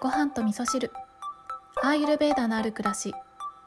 ご飯と味噌汁、アーユルヴェーダのある暮らし。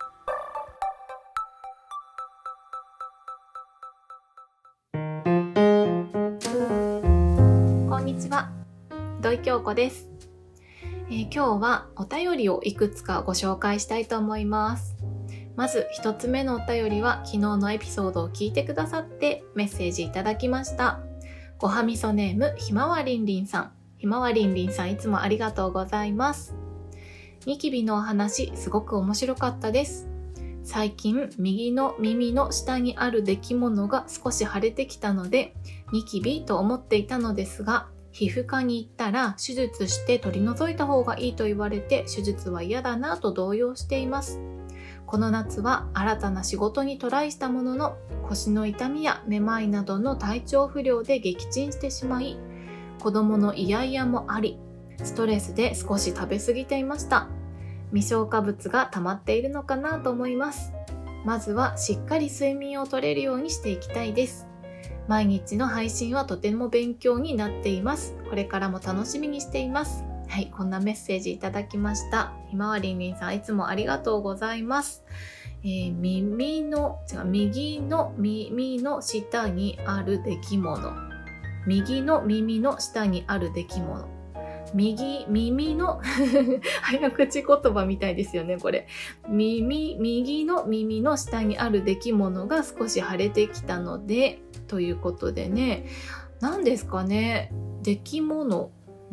こんにちは、土井京子です。今日はお便りをいくつかご紹介したいと思います。まず一つ目のお便りは、昨日のエピソードを聞いてくださってメッセージいただきました。ごはみそネームひまわりんりんさん。ひまわりんりんさん、いつもありがとうございます。ニキビのお話、すごく面白かったです。最近右の耳の下にある出来物が少し腫れてきたのでニキビと思っていたのですが、皮膚科に行ったら手術して取り除いた方がいいと言われて、手術は嫌だなと動揺しています。この夏は新たな仕事にトライしたものの、腰の痛みやめまいなどの体調不良で撃沈してしまい、子供のイヤイヤもあり、ストレスで少し食べ過ぎていました。未消化物が溜まっているのかなと思います。まずはしっかり睡眠をとれるようにしていきたいです。毎日の配信はとても勉強になっています。これからも楽しみにしています。はい、こんなメッセージいただきました。ひまわりんりんさん、いつもありがとうございます。右の耳の下にある出来物。右の耳の下にある出来物。耳の早口言葉みたいですよね、これ。右の耳の下にある出来物が少し腫れてきたので、ということでね、何ですかね、出来物。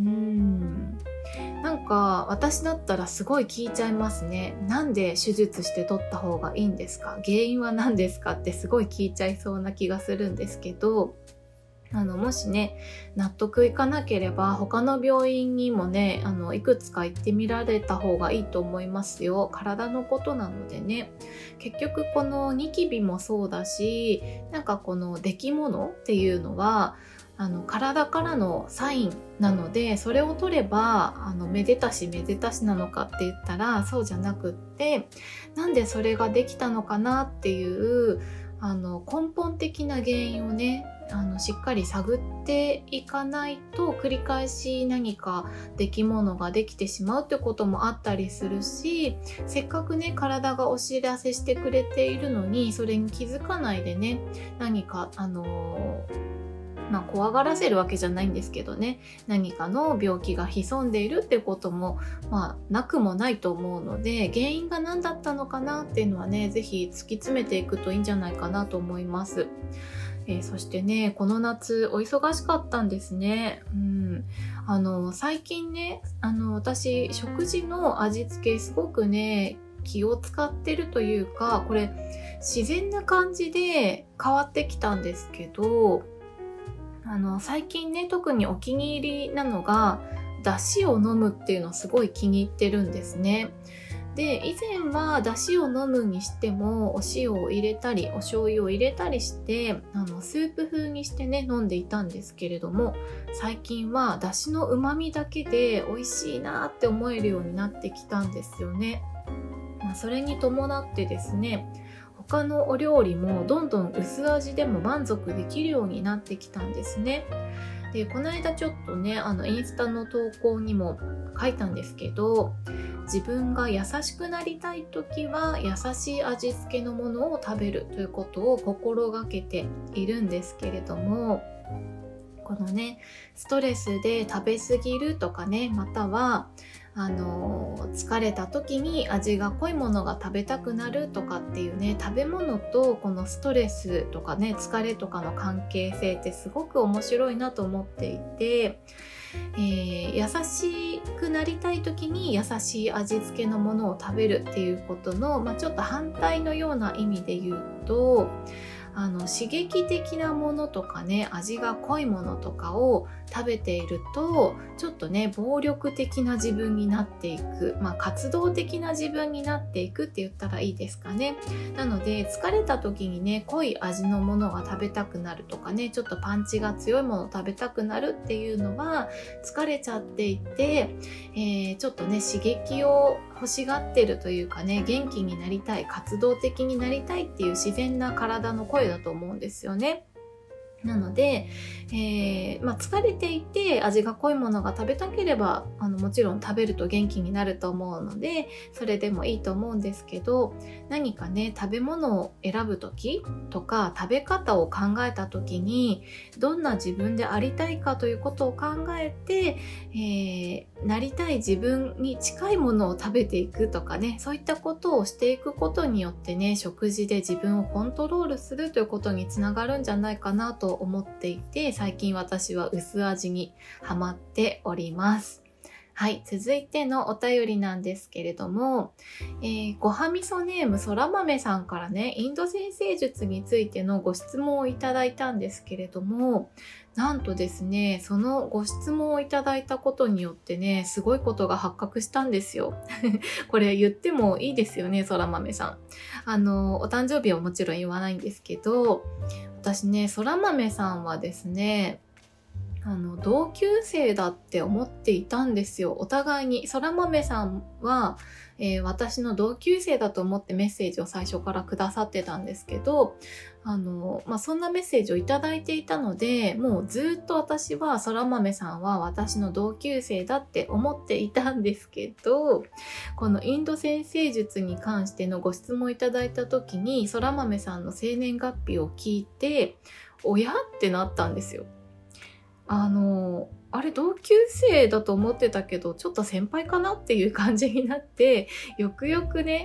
なんか私だったらすごい聞いちゃいますね。なんで手術して取った方がいいんですか？原因は何ですか？ってすごい聞いちゃいそうな気がするんですけど、もしね、納得いかなければ他の病院にもね、いくつか行ってみられた方がいいと思いますよ。体のことなのでね。結局このニキビもそうだし、なんかこの出来物っていうのは体からのサインなので、それを取ればめでたしなのかって言ったらそうじゃなくって、なんでそれができたのかなっていう根本的な原因をね、しっかり探っていかないと、繰り返し何か出来物ができてしまうってこともあったりするし、せっかくね体がお知らせしてくれているのにそれに気づかないでね、何か怖がらせるわけじゃないんですけどね、何かの病気が潜んでいるってこともなくもないと思うので、原因が何だったのかなっていうのはね、ぜひ突き詰めていくといいんじゃないかなと思います。そしてね、この夏お忙しかったんですね。最近ね、私食事の味付けすごくね気を使ってるというか、これ自然な感じで変わってきたんですけど、最近ね特にお気に入りなのが出汁を飲むっていうのをすごい気に入ってるんですね。で、以前は出汁を飲むにしてもお塩を入れたりお醤油を入れたりしてスープ風にしてね飲んでいたんですけれども、最近は出汁の旨味だけで美味しいなって思えるようになってきたんですよね。それに伴ってですね、他のお料理もどんどん薄味でも満足できるようになってきたんですね。で、この間ちょっとねインスタの投稿にも書いたんですけど、自分が優しくなりたい時は優しい味付けのものを食べるということを心がけているんですけれども、このねストレスで食べ過ぎるとかね、または疲れた時に味が濃いものが食べたくなるとかっていうね、食べ物とこのストレスとかね疲れとかの関係性ってすごく面白いなと思っていて、優しくなりたい時に優しい味付けのものを食べるっていうことの、ちょっと反対のような意味で言うと、刺激的なものとかね、味が濃いものとかを食べているとちょっとね暴力的な自分になっていく、活動的な自分になっていくって言ったらいいですかね。なので疲れた時にね濃い味のものが食べたくなるとかね、ちょっとパンチが強いものを食べたくなるっていうのは疲れちゃっていて、ちょっとね刺激を欲しがってるというかね、元気になりたい、活動的になりたいっていう自然な体の声だと思うんですよね。 なので、疲れていて味が濃いものが食べたければもちろん食べると元気になると思うのでそれでもいいと思うんですけど、何かね食べ物を選ぶ時とか食べ方を考えた時にどんな自分でありたいかということを考えて、なりたい自分に近いものを食べていくとかね、そういったことをしていくことによってね、食事で自分をコントロールするということにつながるんじゃないかなと思っていて、最近私は薄味にハマっております。はい、続いてのお便りなんですけれども、ごはみそネームそらまめさんからね、インド占星術についてのご質問をいただいたんですけれども、なんとですね、そのご質問をいただいたことによってね、すごいことが発覚したんですよ。これ言ってもいいですよね、そらまめさん。お誕生日はもちろん言わないんですけど、私ね、そらまめさんはですね、同級生だって思っていたんですよ。お互いに。そらまめさんは、私の同級生だと思ってメッセージを最初からくださってたんですけど、そんなメッセージをいただいていたので、もうずっと私はそらまめさんは私の同級生だって思っていたんですけど、このインド占星術に関してのご質問いただいた時に、そらまめさんの生年月日を聞いて、おやってなったんですよ。あれ同級生だと思ってたけどちょっと先輩かなっていう感じになって、よくよくね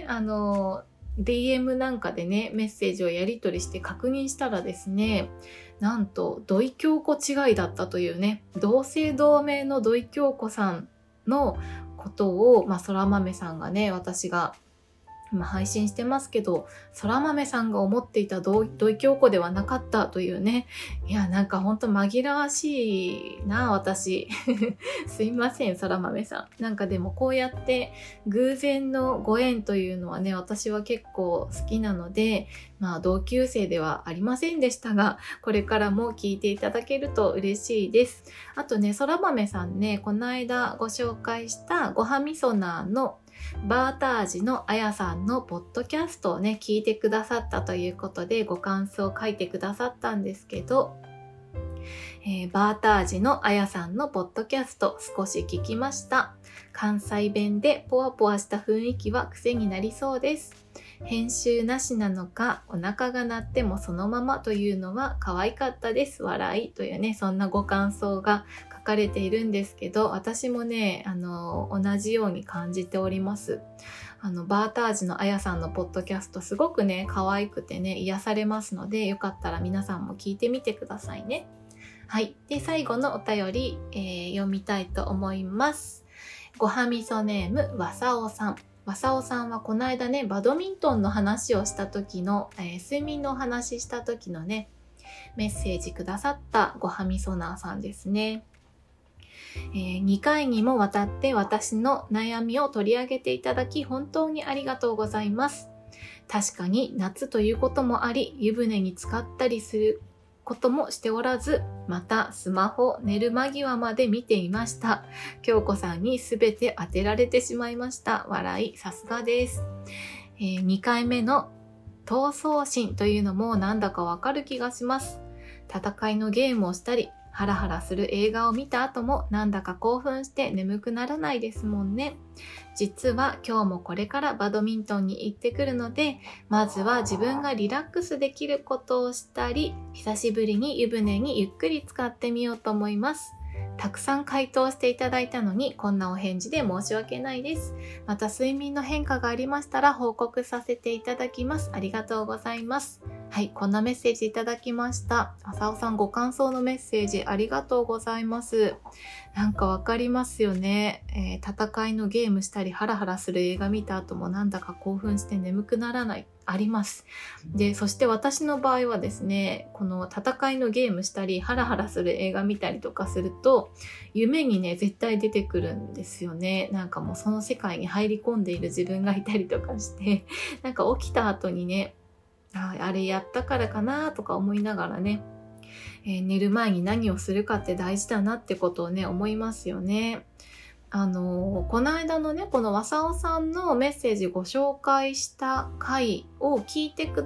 DM なんかでねメッセージをやり取りして確認したらですね、なんと土井京子違いだったというね、同姓同名の土井京子さんのことをそらまめさんがね、私が今配信してますけど、そらまめさんが思っていた土井京子ではなかったというね。いや、なんかほんと紛らわしいな、私。すいません、そらまめさん。なんかでもこうやって偶然のご縁というのはね、私は結構好きなので、同級生ではありませんでしたが、これからも聞いていただけると嬉しいです。あとね、そらまめさんね、この間ご紹介したごはみそなーのバータージのあやさんのポッドキャストをね聞いてくださったということでご感想を書いてくださったんですけど、バータージのあやさんのポッドキャスト少し聞きました。関西弁でポワポワした雰囲気は癖になりそうです。編集なしなのかお腹が鳴ってもそのままというのは可愛かったです笑いというね、そんなご感想が書かれているんですけど、私もね同じように感じております。バータージのあやさんのポッドキャストすごくね可愛くてね癒されますので、よかったら皆さんも聞いてみてくださいね。はい。で、最後のお便り、読みたいと思います。ごはみそネームわさおさん。わさおさんはこの間ねバドミントンの話をした時の、睡眠のお話した時のねメッセージくださったごはみそなーさんですね。2回にもわたって私の悩みを取り上げていただき本当にありがとうございます。確かに夏ということもあり湯船に浸かったりすることもしておらず、またスマホ寝る間際まで見ていました。京子さんにすべて当てられてしまいました。笑い、さすがです。2回目の闘争心というのもなんだかわかる気がします。戦いのゲームをしたり、ハラハラする映画を見た後もなんだか興奮して眠くならないですもんね。実は今日もこれからバドミントンに行ってくるので、まずは自分がリラックスできることをしたり、久しぶりに湯船にゆっくり浸かってみようと思います。たくさん回答していただいたのにこんなお返事で申し訳ないです。また睡眠の変化がありましたら報告させていただきます。ありがとうございます。はい、こんなメッセージいただきました。あさおさんご感想のメッセージありがとうございます。なんかわかりますよね。戦いのゲームしたりハラハラする映画見た後もなんだか興奮して眠くならない。あります。で、そして私の場合はですね、この戦いのゲームしたりハラハラする映画見たりとかすると夢にね絶対出てくるんですよね。なんかもうその世界に入り込んでいる自分がいたりとかしてなんか起きた後にね、あれやったからかなとか思いながらね、寝る前に何をするかって大事だなってことをね思いますよね。この間のねこのわさおさんのメッセージご紹介した回を聞いてくださっ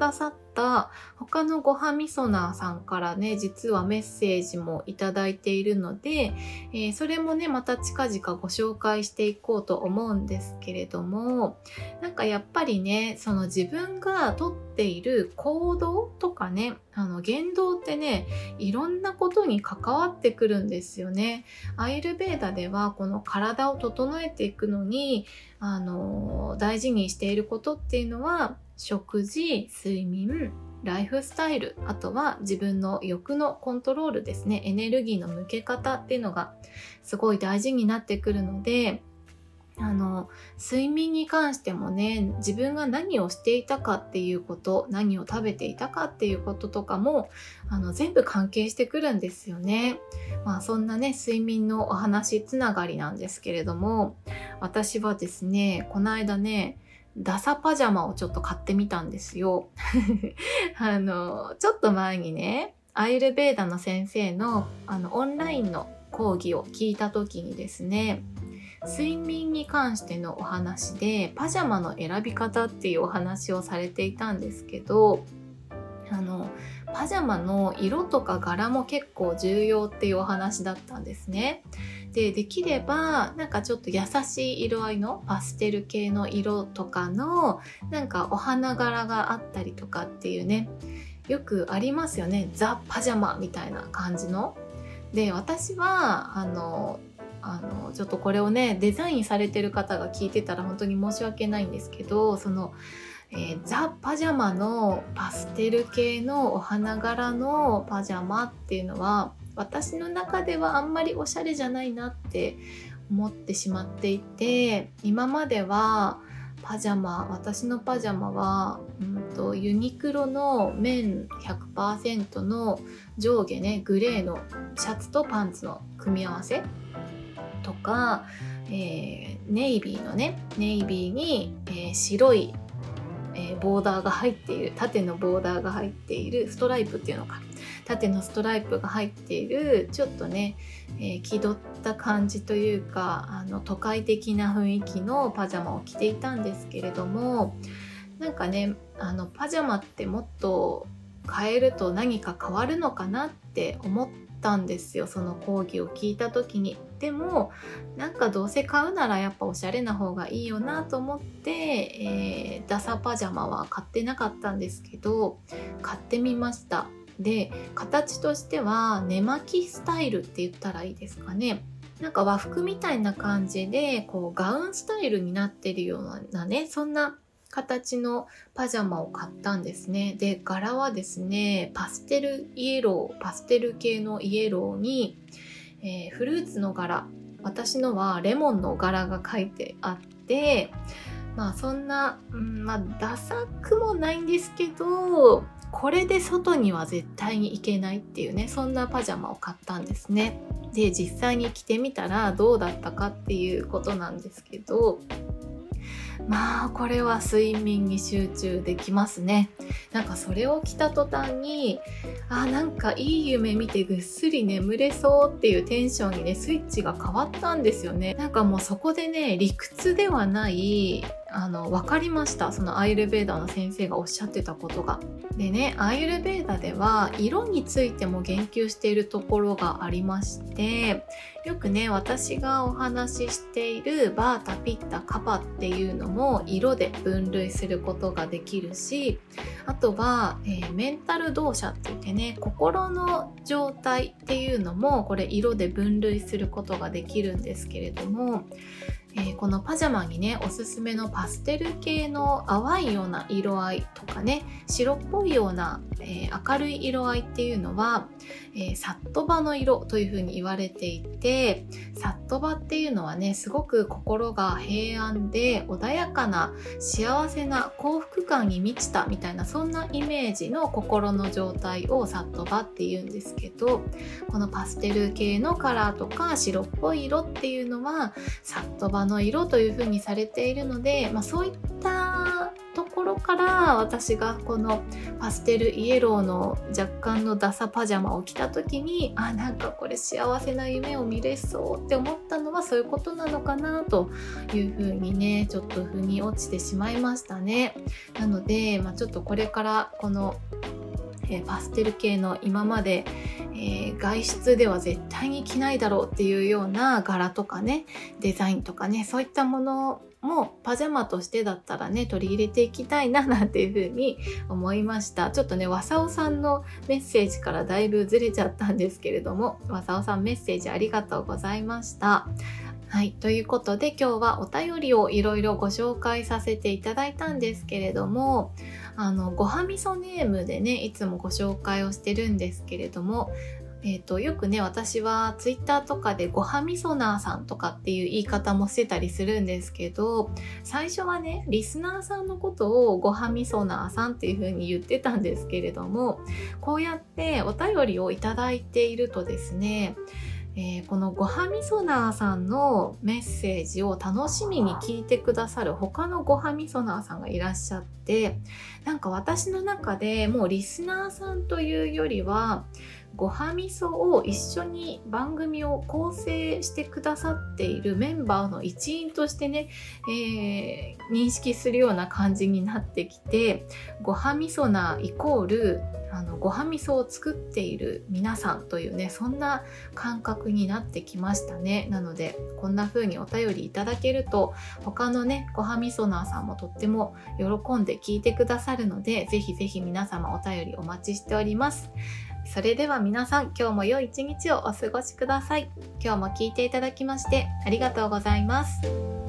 た他のごはみそなーさんからね、実はメッセージもいただいているので、それもね、また近々ご紹介していこうと思うんですけれども、なんかやっぱりね、その自分がとっている行動とかね、言動ってね、いろんなことに関わってくるんですよね。アイルベーダではこの体を整えていくのに大事にしていることっていうのは、食事、睡眠、ライフスタイル、あとは自分の欲のコントロールですね、エネルギーの向け方っていうのがすごい大事になってくるので、睡眠に関してもね、自分が何をしていたかっていうこと、何を食べていたかっていうこととかも全部関係してくるんですよね。そんなね、睡眠のお話つながりなんですけれども、私はですね、この間ね、ダサパジャマをちょっと買ってみたんですよ。ちょっと前にね、アイルベーダの先生のオンラインの講義を聞いた時にですね、睡眠に関してのお話でパジャマの選び方っていうお話をされていたんですけど、パジャマの色とか柄も結構重要っていうお話だったんですね。できればなんかちょっと優しい色合いのパステル系の色とかのなんかお花柄があったりとかっていうね、よくありますよね、ザ・パジャマみたいな感じの。で、私はちょっとこれをね、デザインされてる方が聞いてたら本当に申し訳ないんですけど、ザ・パジャマのパステル系のお花柄のパジャマっていうのは、私の中ではあんまりおしゃれじゃないなって思ってしまっていて、今までは私のパジャマはユニクロの綿 100% の上下ね、グレーのシャツとパンツの組み合わせとか、ネイビーに、白い、ボーダーが入っている、縦のボーダーが入っている、ストライプっていうのか、縦のストライプが入っている、ちょっとね、気取った感じというか都会的な雰囲気のパジャマを着ていたんですけれども、なんかね、パジャマってもっと変えると何か変わるのかなって思ったんですよ、その講義を聞いた時に。でもなんかどうせ買うならやっぱおしゃれな方がいいよなと思って、ダサパジャマは買ってなかったんですけど、買ってみました。で、形としては寝巻きスタイルって言ったらいいですかね。なんか和服みたいな感じでこうガウンスタイルになってるようなね、そんな形のパジャマを買ったんですね。で、柄はですね、パステル系のイエローに、フルーツの柄、私のはレモンの柄が書いてあって、そんな、ダサくもないんですけど、これで外には絶対に行けないっていうね、そんなパジャマを買ったんですね。で、実際に着てみたらどうだったかっていうことなんですけど、これは睡眠に集中できますね。なんかそれを着た途端に、なんかいい夢見てぐっすり眠れそうっていうテンションにね、スイッチが変わったんですよね。なんかもうそこでね、理屈ではない分かりました。そのアイルベーダの先生がおっしゃってたことが。でね、アイルベーダでは色についても言及しているところがありまして、よくね、私がお話ししているバータ、ピッタ、カパっていうのも色で分類することができるし、あとは、メンタル動作って言ってね、心の状態っていうのもこれ色で分類することができるんですけれども、このパジャマにね、おすすめのパステル系の淡いような色合いとかね、白っぽいような、明るい色合いっていうのは、サットバの色というふうに言われていて、サットバっていうのはね、すごく心が平安で穏やかな幸せな幸福感に満ちたみたいな、そんなイメージの心の状態をサットバっていうんですけど、このパステル系のカラーとか白っぽい色っていうのはサットバの色というふうにされているので、そういったところから私がこのパステルイエローの若干のダサパジャマを着た時に、なんかこれ幸せな夢を見れそうって思ったのはそういうことなのかなというふうにね、ちょっと腑に落ちてしまいましたね。なので、ちょっとこれからこのパステル系の今まで、外出では絶対に着ないだろうっていうような柄とかね、デザインとかね、そういったものもパジャマとしてだったらね、取り入れていきたいななんていうふうに思いました。ちょっとね、わさおさんのメッセージからだいぶずれちゃったんですけれども、わさおさんメッセージありがとうございました。はい、ということで今日はお便りをいろいろご紹介させていただいたんですけれども、ごはみそネームでね、いつもご紹介をしてるんですけれども、よくね、私はツイッターとかでごはみそなーさんとかっていう言い方もしてたりするんですけど、最初はね、リスナーさんのことをごはみそなーさんっていう風に言ってたんですけれども、こうやってお便りをいただいているとですね、このごはみそなーさんのメッセージを楽しみに聞いてくださる他のごはみそなーさんがいらっしゃって、なんか私の中でもうリスナーさんというよりはごはみそを一緒に番組を構成してくださっているメンバーの一員としてね、認識するような感じになってきて、ごはみそなイコールごはみそを作っている皆さんというね、そんな感覚になってきましたね。なのでこんな風にお便りいただけると他のね、ごはみそなーさんもとっても喜んで聞いてくださるので、ぜひぜひ皆様お便りお待ちしております。それでは皆さん、今日も良い一日をお過ごしください。今日も聞いていただきましてありがとうございます。